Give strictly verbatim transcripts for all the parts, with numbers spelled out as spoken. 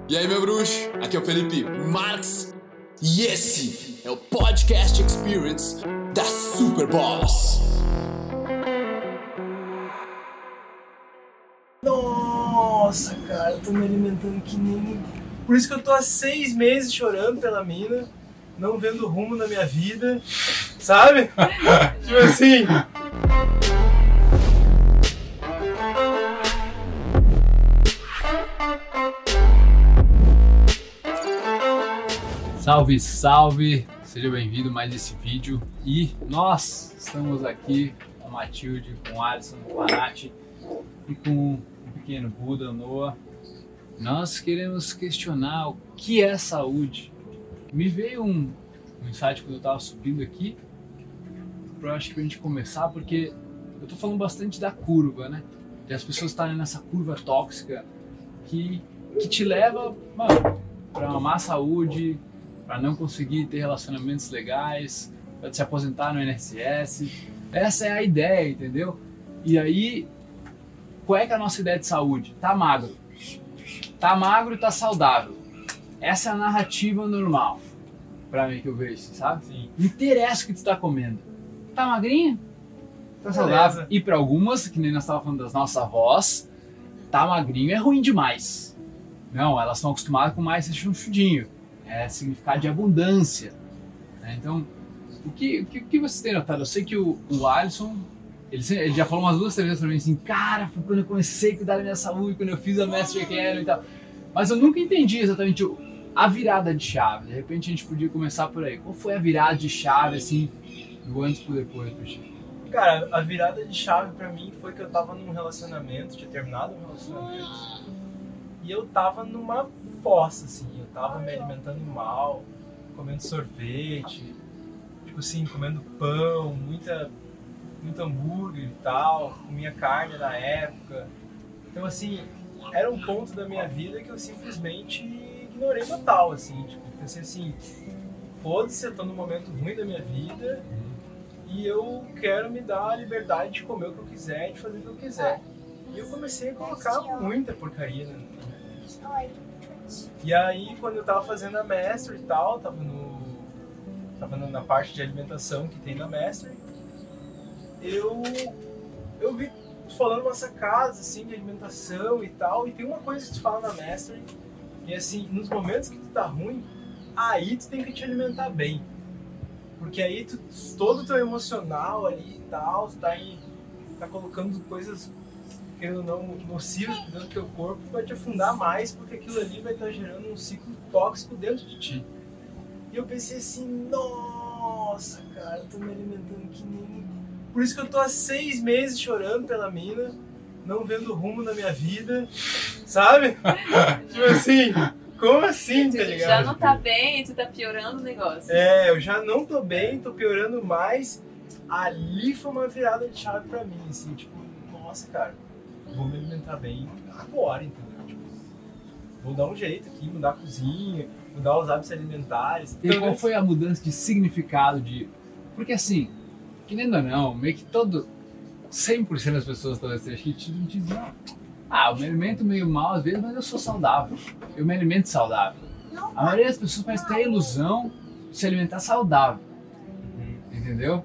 E aí, meu bruxo? Aqui é o Felipe Marques e esse é o Podcast Experience da Superboss. Nossa, cara, eu tô me alimentando que nem... Por isso que eu tô há seis meses chorando pela mina, não vendo rumo na minha vida, sabe? Tipo assim... Salve, salve! Seja bem-vindo a mais esse vídeo. E nós estamos aqui com a Matilde, com o Alisson, com a Nath e com o pequeno Buda, o Noah. Nós queremos questionar o que é saúde. Me veio um, um insight quando eu estava subindo aqui, eu acho que pra gente começar, porque eu tô falando bastante da curva, né? De as pessoas estarem nessa curva tóxica que, que te leva, mano, pra uma má saúde, para não conseguir ter relacionamentos legais, para se aposentar no I N S S. Essa é a ideia, entendeu? E aí, qual é que é a nossa ideia de saúde? Tá magro. Tá magro e tá saudável. Essa é a narrativa normal, pra mim, que eu vejo, sabe? Sim. Não interessa o que tu tá comendo. Tá magrinho? Tá saudável. Beleza. E para algumas, que nem nós estávamos falando das nossas avós, tá magrinho é ruim demais. Não, elas estão acostumadas com mais esse chunchudinho. É significado de abundância, né? Então, o que, o que, o que vocês têm notado? Eu sei que o, o Alisson, ele, ele já falou umas duas, três vezes pra mim assim, cara, foi quando eu comecei a cuidar da minha saúde, quando eu fiz a Master Care e tal. Mas eu nunca entendi exatamente o, a virada de chave. De repente a gente podia começar por aí. Qual foi a virada de chave, assim, do antes pro depois, Puxa? Cara, a virada de chave pra mim foi que eu tava num relacionamento, tinha terminado um relacionamento, e eu tava numa fossa, assim, eu tava me alimentando mal, comendo sorvete, tipo assim, comendo pão, muita, muito hambúrguer e tal, comia carne na época. Então, assim, era um ponto da minha vida que eu simplesmente ignorei total, assim, tipo, pensei assim, foda-se, eu tô num momento ruim da minha vida e eu quero me dar a liberdade de comer o que eu quiser, de fazer o que eu quiser. E eu comecei a colocar muita porcaria na minha vida. E aí, quando eu tava fazendo a Mastery e tal, tava, no, tava na parte de alimentação que tem na Mastery, eu, eu vi falando umas sacadas assim, de alimentação e tal, e tem uma coisa que tu fala na Mastery, e assim, nos momentos que tu tá ruim, aí tu tem que te alimentar bem. Porque aí tu, todo o teu emocional ali e tal, tu tá, aí, tá colocando coisas que não nocivas dentro do teu corpo, vai te afundar mais, porque aquilo ali vai estar gerando um ciclo tóxico dentro de ti. E eu pensei assim, nossa, cara, eu tô me alimentando que nem... Por isso que eu tô há seis meses chorando pela mina, não vendo rumo na minha vida, sabe? Tipo assim, como assim, tá ligado? Já não tá bem e tu tá piorando o negócio. É, eu já não tô bem, tô piorando mais. Ali foi uma virada de chave pra mim, assim, tipo, nossa, cara, vou me alimentar bem agora, entendeu? Tipo, vou dar um jeito aqui, mudar a cozinha, mudar os hábitos alimentares. E qual foi a mudança de significado de... Porque assim, querendo ou não, meio que todo... cem por cento das pessoas talvez estejam aqui te dizem, ah, eu me alimento meio mal às vezes, mas eu sou saudável. Eu me alimento saudável. A maioria das pessoas parece ter a ilusão de se alimentar saudável. Entendeu?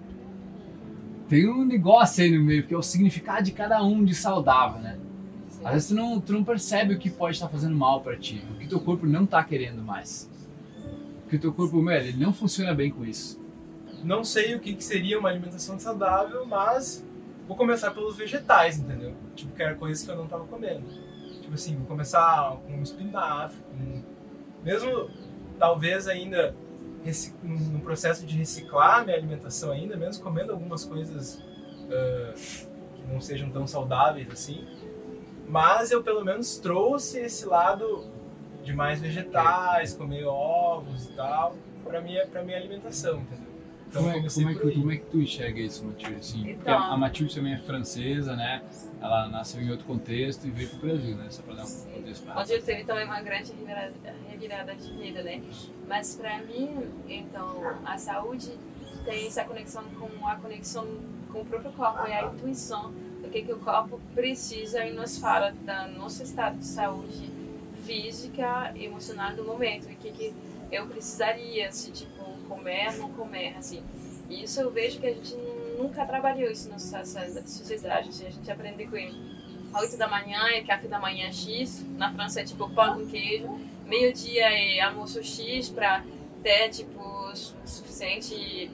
Tem um negócio aí no meio, porque é o significado de cada um de saudável, né? Sim. Às vezes tu não, tu não percebe o que pode estar fazendo mal pra ti, o que teu corpo não tá querendo mais. Porque o teu corpo, meu, ele não funciona bem com isso. Não sei o que, que seria uma alimentação saudável, mas vou começar pelos vegetais, entendeu? Tipo, que era coisas que eu não tava comendo. Tipo assim, vou começar com espinafre, com... mesmo talvez ainda no processo de reciclar minha alimentação ainda, mesmo comendo algumas coisas uh, que não sejam tão saudáveis assim, mas eu pelo menos trouxe esse lado de mais vegetais, comer ovos e tal, pra minha, pra minha alimentação, entendeu? Então, como, é, como, é que, como é que tu enxerga isso, Matilde? Assim, então, a Matilde também é francesa, né? Ela nasceu em outro contexto e veio pro Brasil, né? Só pra dar um contexto pra ela. Onde eu teve também uma grande revirada, revirada de vida, né? Mas pra mim, então, a saúde tem essa conexão com a conexão com o próprio corpo e a intuição do que, que o corpo precisa e nos fala do nosso estado de saúde física e emocional do momento, e o que, que eu precisaria, se tipo, comer, não comer, assim. E isso eu vejo que a gente nunca trabalhou isso na nossa sociedade, a gente aprende com oito da manhã é café da manhã X, na França é tipo pão com queijo, meio-dia é almoço X para ter tipo o suficiente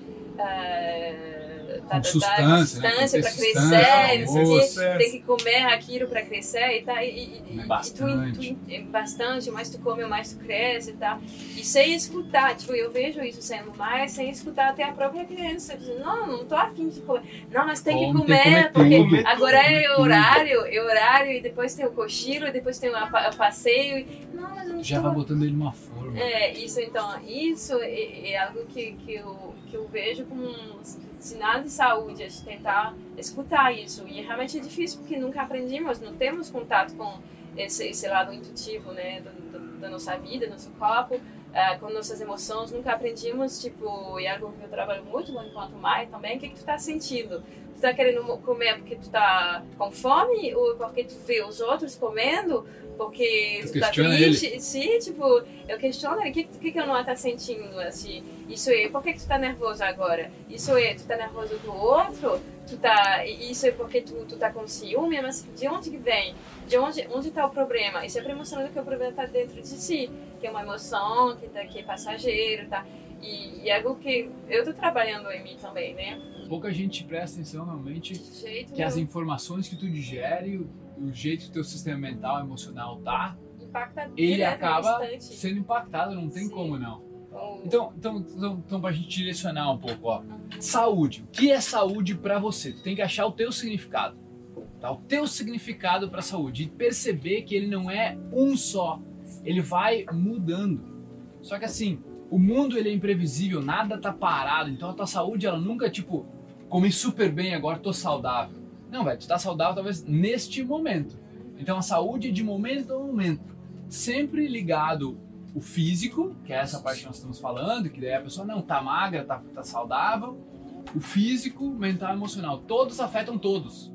uh, da, substância, da, da, né? para crescer, não tem que comer aquilo para crescer e tá, e, e, é bastante. E tu, tu, é bastante, mais tu come, mais tu cresce e tá. E sem escutar, tipo, eu vejo isso sendo mais, sem escutar até a própria criança, dizendo, não, não tô afim de comer, não, mas tem Come, que comer, tem que porque tudo, agora tudo, é horário, é horário, e depois tem o cochilo, e depois tem o passeio, e, não, mas não já tô... vai botando ele numa forma. É, isso então, isso é, é algo que, que, eu, que eu vejo como um sinal de saúde, a gente tentar escutar isso, e realmente é difícil porque nunca aprendemos, não temos contato com esse, esse lado intuitivo, né, da, da nossa vida, do nosso corpo, uh, com nossas emoções, nunca aprendemos, tipo, e algo que eu trabalho muito enquanto mãe também, o que que tu tá sentindo? Tu tá querendo comer porque tu tá com fome, ou porque tu vê os outros comendo, porque tu, tu tá triste? Ele. Sim, tipo, eu questiono ele, o que, que que eu não tá sentindo, assim, isso é, por que que tu tá nervoso agora? Isso é, tu tá nervoso do outro? Tu tá, isso é porque tu, tu tá com ciúme, mas de onde que vem? De onde, onde tá o problema? E sempre mostrando que o problema tá dentro de si, que é uma emoção, que, tá, que é passageiro, tá? E, e é algo que eu tô trabalhando em mim também, né? Pouca gente presta atenção realmente Jeito que meu. As informações que tu digere, o, o jeito que o teu sistema mental, emocional tá, impacta ele acaba instante. sendo impactado, não tem Sim. como não. Oh. Então, então, então, então pra gente direcionar um pouco, ó. Saúde. O que é saúde pra você? Tu tem que achar o teu significado. Tá? O teu significado pra saúde. E perceber que ele não é um só. Ele vai mudando. Só que assim, o mundo ele é imprevisível, nada tá parado. Então a tua saúde, ela nunca, tipo, comi super bem, agora tô saudável. Não, velho, tu tá saudável talvez neste momento. Então a saúde é de momento a momento. Sempre ligado o físico, que é essa parte que nós estamos falando, que daí a pessoa não tá magra, tá, tá saudável. O físico, mental e emocional. Todos afetam todos.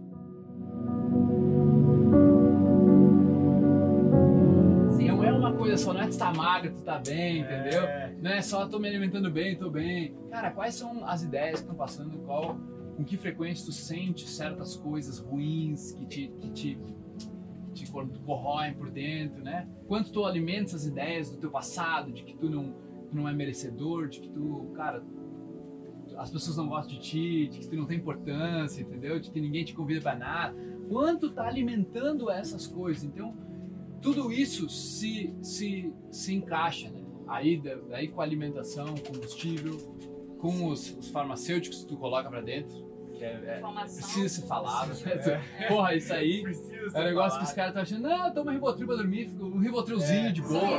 Não é uma coisa só, não é que tu tá magra, tu tá bem, é. entendeu? Não é só tô me alimentando bem, tô bem. Cara, quais são as ideias que estão passando? Qual, com que frequência tu sente certas coisas ruins que te, que te, te corroem por dentro, né? Quanto tu alimenta essas ideias do teu passado, de que tu não, tu não é merecedor, de que tu, cara, as pessoas não gostam de ti, de que tu não tem importância, entendeu? De que ninguém te convida pra nada. Quanto tá alimentando essas coisas? Então, tudo isso se, se, se encaixa, né? Aí, daí com a alimentação, combustível, com os, os farmacêuticos que tu coloca pra dentro, que é, é precisa ser falado. É. Porra, isso aí é um negócio que os caras estão achando, não, toma Rivotril pra dormir, fica um Rivotrilzinho é. de boa.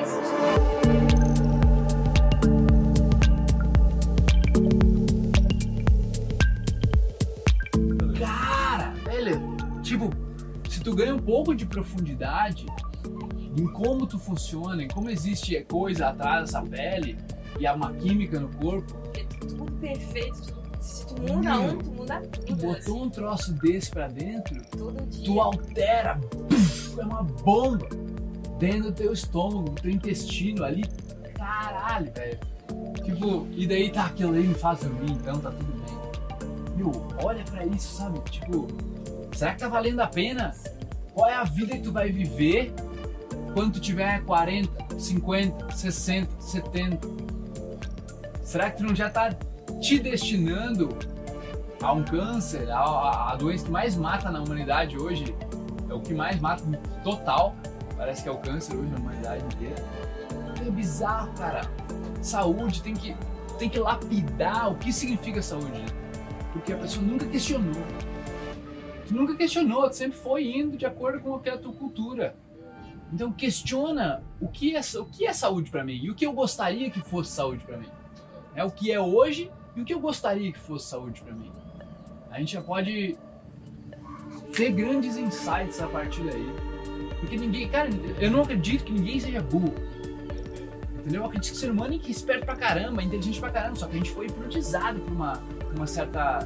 Cara, velho, tipo, se tu ganha um pouco de profundidade em como tu funciona, em como existe coisa atrás dessa pele e há uma química no corpo. É tudo perfeito, tudo. Se tu muda um, tu muda tudo. Tu botou assim. um troço desse pra dentro, todo dia. Tu altera, puf, é uma bomba dentro do teu estômago, do teu intestino ali. Caralho, velho. Tipo, e daí tá, aquilo aí me faz dormir, então tá tudo bem. Meu, olha pra isso, sabe? Tipo, será que tá valendo a pena? Qual é a vida que tu vai viver quando tu tiver quarenta, cinquenta, sessenta, setenta? Será que tu não já tá te destinando a um câncer, a, a doença que mais mata na humanidade hoje? É o que mais mata total, parece que é o câncer hoje na humanidade inteira. É bizarro, cara. Saúde tem que, tem que lapidar o que significa saúde, porque a pessoa nunca questionou. Tu nunca questionou, tu sempre foi indo de acordo com o que é a tua cultura. Então questiona o que é, o que é saúde pra mim e o que eu gostaria que fosse saúde pra mim. É o que é hoje e o que eu gostaria que fosse saúde pra mim. A gente já pode ter grandes insights a partir daí. Porque ninguém, cara, eu não acredito que ninguém seja burro. Entendeu? Eu acredito que o ser humano é esperto pra caramba, inteligente pra caramba, só que a gente foi hipnotizado por uma, uma certa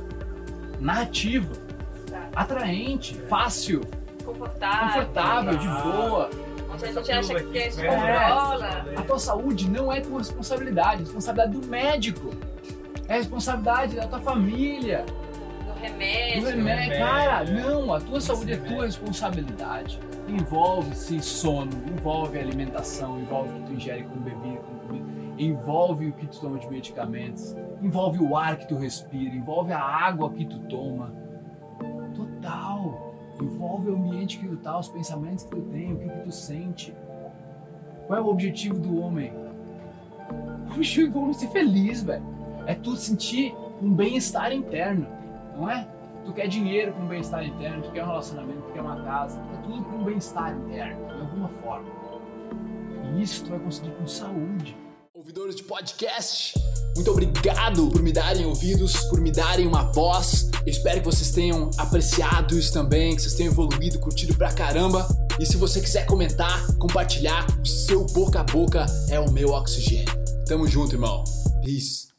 narrativa atraente, fácil, confortável, confortável de boa. uma A gente coisa acha cruda que aqui, se né? controla. A tua saúde não é tua responsabilidade, é responsabilidade do médico. É responsabilidade da tua família. Do remédio. Do remédio. remédio, Cara, né? não, a tua Esse saúde é remédio. tua responsabilidade. Envolve-se sono, envolve alimentação, envolve o que tu ingere com bebida, com comida, envolve o que tu toma de medicamentos, envolve o ar que tu respira, envolve a água que tu toma. Total. Envolve o ambiente que tu tá, os pensamentos que tu tem, o que, que tu sente. Qual é o objetivo do homem? O objetivo do homem é ser feliz, velho. É tu sentir um bem-estar interno, não é? Tu quer dinheiro com bem-estar interno, tu quer um relacionamento, tu quer uma casa, é tudo com bem-estar interno, de alguma forma. E isso tu vai conseguir com saúde. Ouvidores de podcast, muito obrigado por me darem ouvidos, por me darem uma voz. Eu espero que vocês tenham apreciado isso também, que vocês tenham evoluído, curtido pra caramba. E se você quiser comentar, compartilhar, o seu boca a boca é o meu oxigênio. Tamo junto, irmão. Peace.